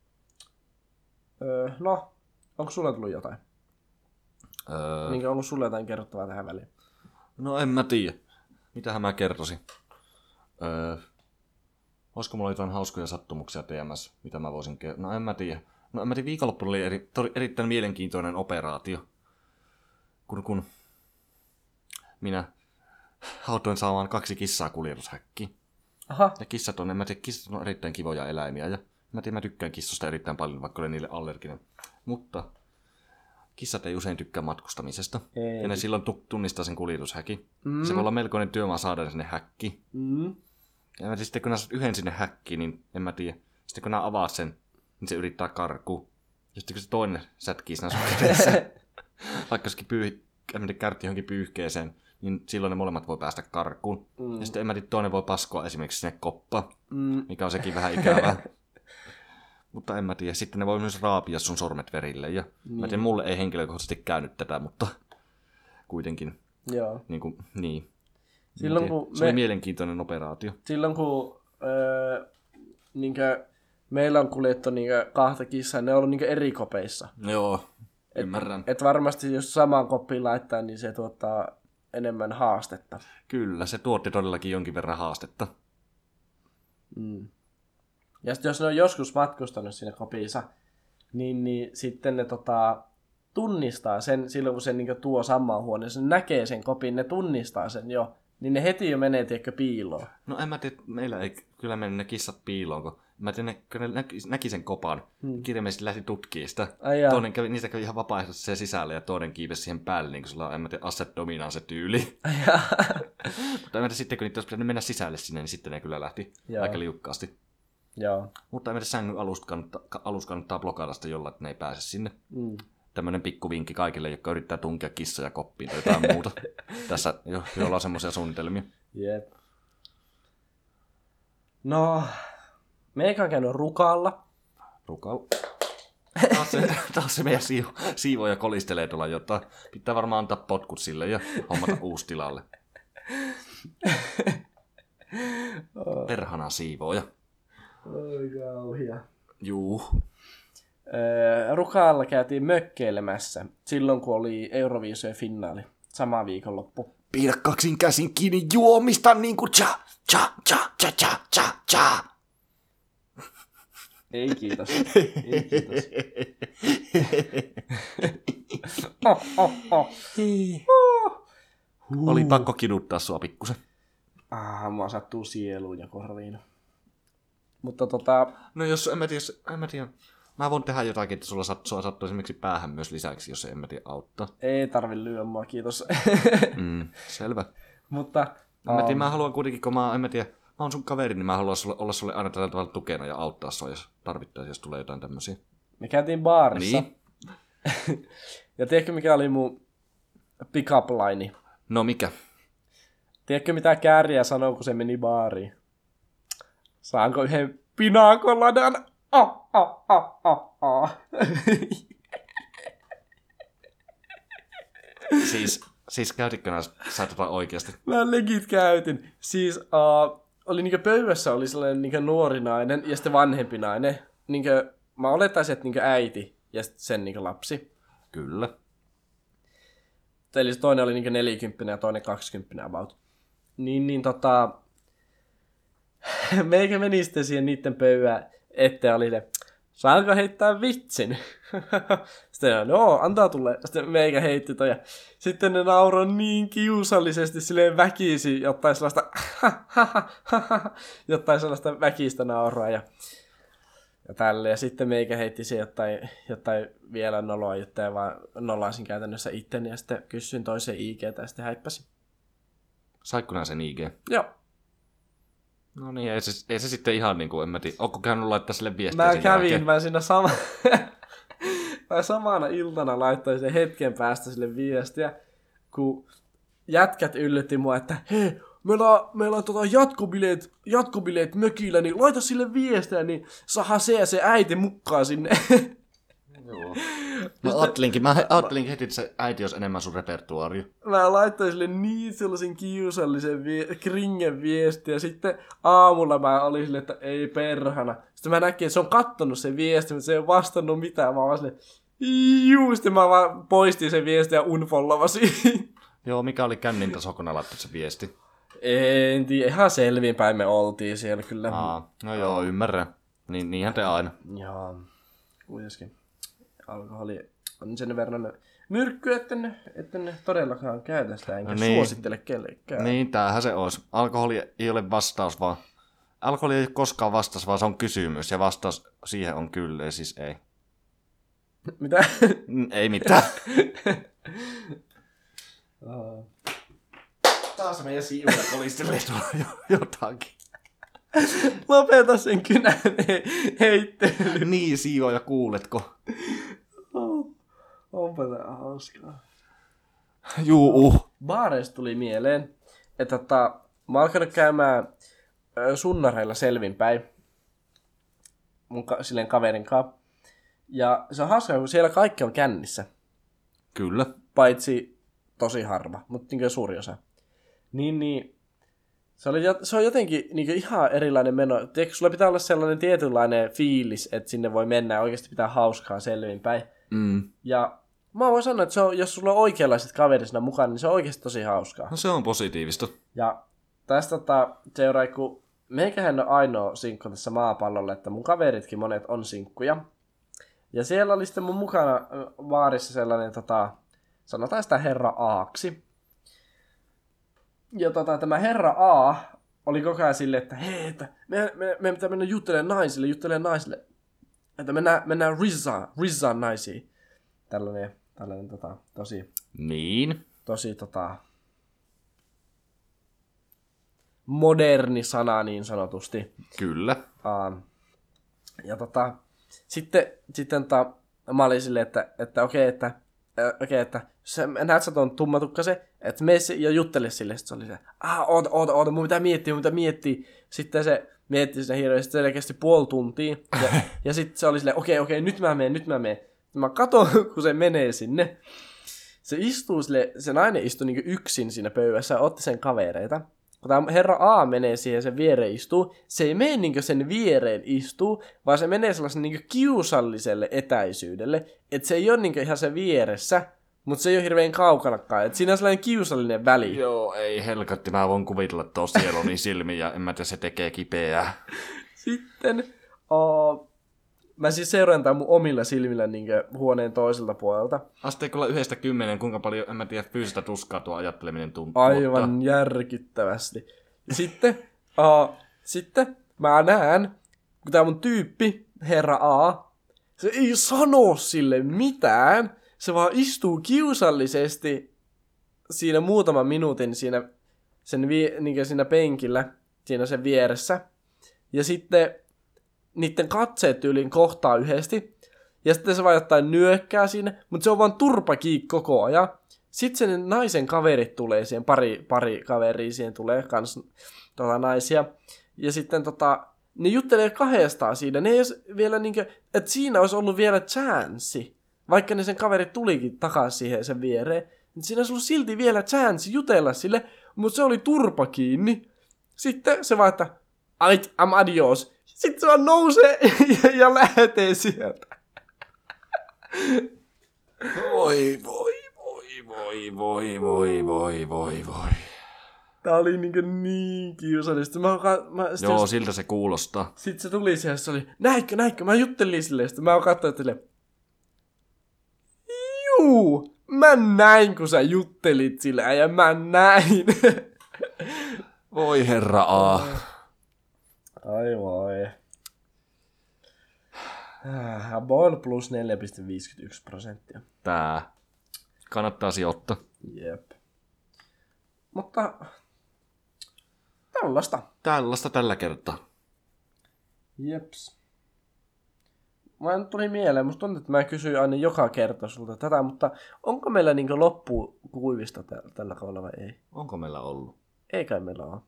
Speaker 2: Öö, no, onko sulla tullut jotain?
Speaker 1: Öö,
Speaker 2: Minkä onko sulla jotain kerrottavaa tähän väliin?
Speaker 1: no en mä tiedä. Mitähän mä kertoisin? Öö, olisiko mulla jotain hauskoja sattumuksia T M S, mitä mä voisin kertoa? No en mä tiedä. No en mä tiedä, viikonloppuna oli eri, tori, erittäin mielenkiintoinen operaatio. Kun, kun minä hautoin saamaan kaksi kissaa kuljetushäkkiin.
Speaker 2: Aha.
Speaker 1: Ja kissat on, en mä tiedä, kissat on erittäin kivoja eläimiä. Ja mä tiedän, mä tykkään kissosta erittäin paljon, vaikka olen niille allerginen. Mutta kissat ei usein tykkää matkustamisesta.
Speaker 2: Ei.
Speaker 1: Ja ne silloin tu- tunnistaa sen kuljetushäkin.
Speaker 2: Mm.
Speaker 1: Se voi olla melkoinen työmaa saada ne sinne häkkiin.
Speaker 2: Mm.
Speaker 1: Ja mä sitten kun nää saat yhden sinne häkkiin, niin en mä tiedä. Sitten kun nää avaat sen, niin se yrittää karkuun. Ja sitten kun se toinen sätkii siinä sun kädessä, vaikka olisikin pyy- kärtti johonkin pyyhkeeseen, niin silloin ne molemmat voi päästä karkuun. Mm. Ja sitten en mä tiedä, toinen voi paskoa esimerkiksi sinne koppaan, mm. mikä on sekin vähän ikävää. Mutta en mä tiedä. Sitten ne voi myös raapia sun sormet verille. Ja niin. Mä tiedän, mulle ei henkilökohtaisesti käynyt tätä, mutta kuitenkin.
Speaker 2: Joo.
Speaker 1: Niin, kuin, niin.
Speaker 2: Silloin, kun
Speaker 1: se me... oli mielenkiintoinen operaatio.
Speaker 2: Silloin kun öö, niinkö, meillä on kuljettu niinkö, kahta kissaa, ne on ollut niinkö eri kopeissa.
Speaker 1: Joo, ymmärrän.
Speaker 2: Et, et varmasti jos samaan koppiin laittaa, niin se tuottaa enemmän haastetta.
Speaker 1: Kyllä, se tuotti todellakin jonkin verran haastetta.
Speaker 2: Mm. Ja sitten jos ne on joskus matkustanut siinä kopissa, niin, niin sitten ne tota, tunnistaa sen, silloin kun se niin tuo samaan huoneeseen, ne näkee sen kopin, ne tunnistaa sen jo, niin ne heti jo menee tiedätkö, piiloon.
Speaker 1: No en mä tiedä, meillä ei kyllä mene ne kissat piiloon, kun mä tiedän, kun ne näki, näki sen kopan, hmm. kirjaimellisesti lähti tutkimaan sitä. Toinen kävi, niistä kävi ihan vapaaehtoisesti sen sisälle ja toinen kiipesi siihen päälle, niin kuin sulla on, en mä tiedä, asset dominaan se tyyli. Mutta en mä tiedä, sitten kun niitä olisi pitänyt mennä sisälle sinne, niin sitten ne kyllä lähti Jaa. aika liukkaasti.
Speaker 2: Joo.
Speaker 1: Mutta en mä tiedä, sängyn alusta kannattaa, alus kannattaa blokata sitä jollain, että ne ei pääse sinne. Mm. Tämmönen pikku vinkki kaikille, jotka yrittää tunkea kissoja koppiin tai jotain muuta. Tässä jo, joilla on semmoisia suunnitelmia.
Speaker 2: Jep. No, meikä on käynyt Rukalla.
Speaker 1: Rukalla. Taas se, taas se meidän siivo, siivoja kolistelee tuolla jotain. Pitää varmaan antaa potkut sille ja hommata uusi tilalle. Perhana siivoja.
Speaker 2: Oi kauhia.
Speaker 1: Juu.
Speaker 2: Rukalla käytiin mökkeilemässä silloin, kun oli Euroviisujen finaali. Sama viikonloppu.
Speaker 1: Pidä kaksin käsin kiinni juomista niin kuin cha, cha, cha, cha, cha, cha, cha.
Speaker 2: Ei kiitos. Ei kiitos. oh, oh, oh.
Speaker 1: Uh. Oli pakko kiduttaa sua pikkusen.
Speaker 2: Ah, mua sattuu sieluun ja korviin. Mutta tota...
Speaker 1: No jos en mä tiedä, en mä tiedä. Mä voin tehdä jotakin, että sulla sat, sua sattuu esimerkiksi päähän myös lisäksi, jos en mä tiedä auttaa.
Speaker 2: Ei tarvi lyödä mua, kiitos.
Speaker 1: mm, selvä.
Speaker 2: Mutta...
Speaker 1: En mä, tiedä, mä haluan kuitenkin, kun mä, en mä tiedä, mä oon sun kaveri, niin mä haluan sulle, olla sulle aina tällä tavalla tukena ja auttaa sua, jos tarvittaisiin, jos tulee jotain tämmöisiä.
Speaker 2: Me käytiin baarissa.
Speaker 1: Niin.
Speaker 2: Ja tiedätkö, mikä oli mun pick-up line?
Speaker 1: No mikä?
Speaker 2: Tiedätkö, mitä Kääriä sanoi, kun se meni baariin? Saanko yhden pinakoladan? Oh, oh, oh, oh, oh.
Speaker 1: siis, siis käytitkö nää sä tota oikeasti?
Speaker 2: Mä legit käytin. Siis uh, oli niinkö pöydässä oli sellainen niinkö nuori nainen ja sitten vanhempi nainen. Niinkö, mä olettaisin, että niinkö äiti ja sen niinkö lapsi.
Speaker 1: Kyllä.
Speaker 2: Eli toinen oli niinkö neljäkymppinen ja toinen kaksikymppinen about. Niin, niin tota... Meikä meni sitten siihen niitten pöydään eteen oli ne, saanko heittää vitsin? Sitten no, antaa tulla. Sitten meikä heitti toi. Ja sitten ne nauroi niin kiusallisesti silleen väkisin, jotain sellaista jotain sellaista väkistä nauraa ja, ja tälleen. Ja sitten meikä heitti siihen jotain, jotain vielä noloa juttuja ja vaan nolasin käytännössä itteni ja sitten kysyin toisen I G:tä ja sitten häippäsin.
Speaker 1: Saitko nää sen I G?
Speaker 2: Joo.
Speaker 1: No niin, ei se, ei se sitten ihan niin kuin, en mä tiedä. Ootko käynyt laittaa sille viestiä
Speaker 2: Mä
Speaker 1: sen
Speaker 2: kävin,
Speaker 1: jälkeen?
Speaker 2: mä siinä sama... mä samana iltana laittoin sen hetken päästä sille viestiä, kun jätkät yllätti mua, että hei, meillä on, meillä on tota jatkobileet, jatkobileet mökillä, niin laita sille viestiä, niin saadaan se ja se äiti mukaan sinne.
Speaker 1: Joo. Mä ajattelinkin, mä ajattelinkin heti, että se äiti olisi enemmän sun repertuaari.
Speaker 2: Mä laittoin sille niin sellaisen kiusallisen vie- kringen viestiä, ja sitten aamulla mä olin silleen, että ei perhana. Sitten mä näkin, että se on kattonut sen viesti, mutta se ei ole vastannut mitään. Mä vaan silleen, juu, sitten mä vaan poistin sen viesti ja unfollowasin.
Speaker 1: Joo, mikä oli kännin taso, kun laittanut se viesti?
Speaker 2: En tiedä, ihan selvinpäin me oltiin siellä kyllä.
Speaker 1: Aa, no joo, ymmärrän. Niin, niinhän te aina.
Speaker 2: Joo, kuitenkin. Alkoholi on sen verran myrkky, etten, etten todellakaan käytä sitä, enkä no niin. Suosittele kellekään.
Speaker 1: Niin, tämähän se olisi. Alkoholi ei ole vastaus, vaan... Alkoholi ei ole koskaan vastaus, vaan se on kysymys, ja vastaus siihen on kyllä, ja siis ei.
Speaker 2: Mitä?
Speaker 1: Ei mitään.
Speaker 2: oh. Taas meidän siivoja kolistelee tuolla
Speaker 1: jotakin.
Speaker 2: Lopeta sen kynän he- heittely.
Speaker 1: Niin, siivoja, kuuletko?
Speaker 2: Oh, onpa tää hauskaa.
Speaker 1: Juu.
Speaker 2: Baareista tuli mieleen, että tota, mä oon alkanut käymään ö, sunnareilla selvinpäin mun ka- silleen kaverin kanssa. Ja se on hauskaa, kun siellä kaikki on kännissä.
Speaker 1: Kyllä.
Speaker 2: Paitsi tosi harva, mutta niin suuri osa. Niin, niin se, oli, se on jotenkin niin ihan erilainen meno. Tiedätkö, sulla pitää olla sellainen tietynlainen fiilis, että sinne voi mennä ja oikeasti pitää hauskaa selvinpäin.
Speaker 1: Mm.
Speaker 2: Ja mä voin sanoa, että se on, jos sulla on oikeanlaiset kaverit siinä mukana, niin se on oikeasti tosi hauskaa.
Speaker 1: No se on positiivista.
Speaker 2: Ja tästä tota, seuraa, kun meikähän on ainoa sinkku tässä maapallolla, että mun kaveritkin monet on sinkkuja. Ja siellä oli sitten mun mukana baarissa sellainen, tota, sanotaan sitä herra Aaksi. Ja tota, tämä herra A oli koko ajan silleen, että hei, että me, me, me pitää mennä juttelemaan naisille, juttelemaan naisille. Että mennään, mennään Rizzaan, Rizzaan naisiin. Tällainen, tällainen tota, tosi,
Speaker 1: Niin.
Speaker 2: tosi tota, moderni sana niin sanotusti.
Speaker 1: Kyllä.
Speaker 2: Uh, ja tota, sitten, sitten tota, mä olin silleen, että, että okei, okay, että, äh, okay, että se, näet sä tuon tummatukkasen, että mene ja juttele sille. Sitten se oli se, ah, oota, oota, oota, mun pitää miettiä, mun pitää miettiä. Sitten se mietti sinne hirveästi, se kesti puoli tuntia. Ja, ja sitten se oli silleen, okei, okay, okei, okay, nyt mä menen, nyt mä menen. Mä katon, kun se menee sinne. Se istuu sille, se nainen istui niin yksin siinä pöydässä ja otti sen kavereita. Kun tämä herra A menee siihen sen viereen istuu, se ei mene niin sen viereen istuu, vaan se menee sellaisen niin kiusalliselle etäisyydelle, että se ei ole niin ihan sen vieressä, mutta se ei ole hirveän kaukanakaan. Että siinä on sellainen kiusallinen väli.
Speaker 1: Joo, ei helkatti, mä voin kuvitella tuossa sieluni silmiin ja en mä tiedä, se tekee kipeää.
Speaker 2: Sitten oh, mä siis seuraan tämän mun omilla silmillä niin huoneen toiselta puolelta.
Speaker 1: Asteikolla yhdestä kymmenen, kuinka paljon, en mä tiedä, fyysistä tuskaa tuo ajatteleminen tuntuu.
Speaker 2: Aivan
Speaker 1: mutta
Speaker 2: järkyttävästi. Ja sitten, uh, sitten mä näen, kun tää mun tyyppi, herra A, se ei sano sille mitään. Se vaan istuu kiusallisesti siinä muutaman minuutin siinä, sen vie, niin siinä penkillä, siinä sen vieressä. Ja sitten niiden katseet tyyliin kohtaa yhdesti. Ja sitten se vaan jotain nyökkää siinä, mutta se on vaan turpakiik koko ajan. Sitten sen naisen kaverit tulee siihen, pari, pari kaveria siihen tulee kans tota, naisia. Ja sitten tota, ne juttelee kahdestaan siinä. Ne ei edes vielä niinkö, että siinä olisi ollut vielä chanssi. Vaikka ne sen kaverit tulikin takaisin siihen sen viereen. Niin siinä olisi ollut silti vielä chanssi jutella sille, mutta se oli turpa kiinni. Sitten se vaan, että ait, am adios. Sitten se vaan nousee ja, ja lähtee sieltä.
Speaker 1: Voi, voi, voi, voi, voi, voi, voi, voi, voi.
Speaker 2: Tää oli niin, niin kiusallista. Mä, mä, sit
Speaker 1: Joo,
Speaker 2: jos,
Speaker 1: siltä se kuulostaa.
Speaker 2: Sitten se tuli siihen, se oli, näikkö, näikkö, mä juttelin silleen. Sitten mä katsoin silleen, juu, mä näin, kun sä juttelit sille, ja mä näin.
Speaker 1: Voi herra A.
Speaker 2: Ai voi. Boil plus neljä pilkku viisikymmentäyksi prosenttia.
Speaker 1: Tää. Kannattaa sijoittaa.
Speaker 2: Jep. Mutta tällaista.
Speaker 1: Tällaista tällä kertaa.
Speaker 2: Jeps. Mä nyt tuli mieleen, musta tuntuu, että mä kysyin aina joka kerta sulta tätä, mutta onko meillä niinku loppu kuivista tällä, tällä kaudella vai ei?
Speaker 1: Onko meillä ollut?
Speaker 2: Ei kai meillä ole.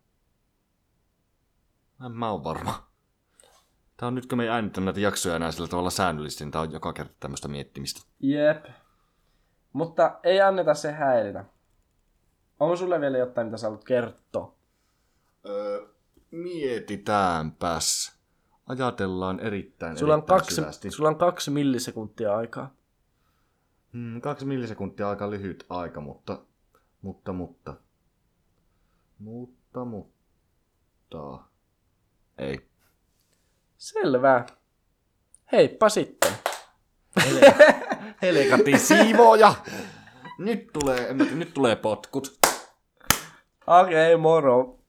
Speaker 1: En mä oon varma. Tää on nyt, kun me ei äänitä näitä jaksoja enää sillä tavalla säännöllisesti, niin tää on joka kerta tämmöistä miettimistä.
Speaker 2: Jep. Mutta ei anneta se häiritä. Onko sulle vielä jotain, mitä sä haluat kertoa?
Speaker 1: Öö, mietitäänpäs. Ajatellaan erittäin,
Speaker 2: Sulla on,
Speaker 1: erittäin
Speaker 2: kaksi,
Speaker 1: syvästi.
Speaker 2: sulla on kaksi millisekuntia aikaa.
Speaker 1: Hmm, kaksi millisekuntia on aika lyhyt aika, mutta... Mutta, mutta... Mutta, mutta... Ei.
Speaker 2: Selvä. Heippa sitten.
Speaker 1: Helekati siivoja! Nyt tulee, en mä tiedä, nyt tulee potkut.
Speaker 2: Okei, okay, moro.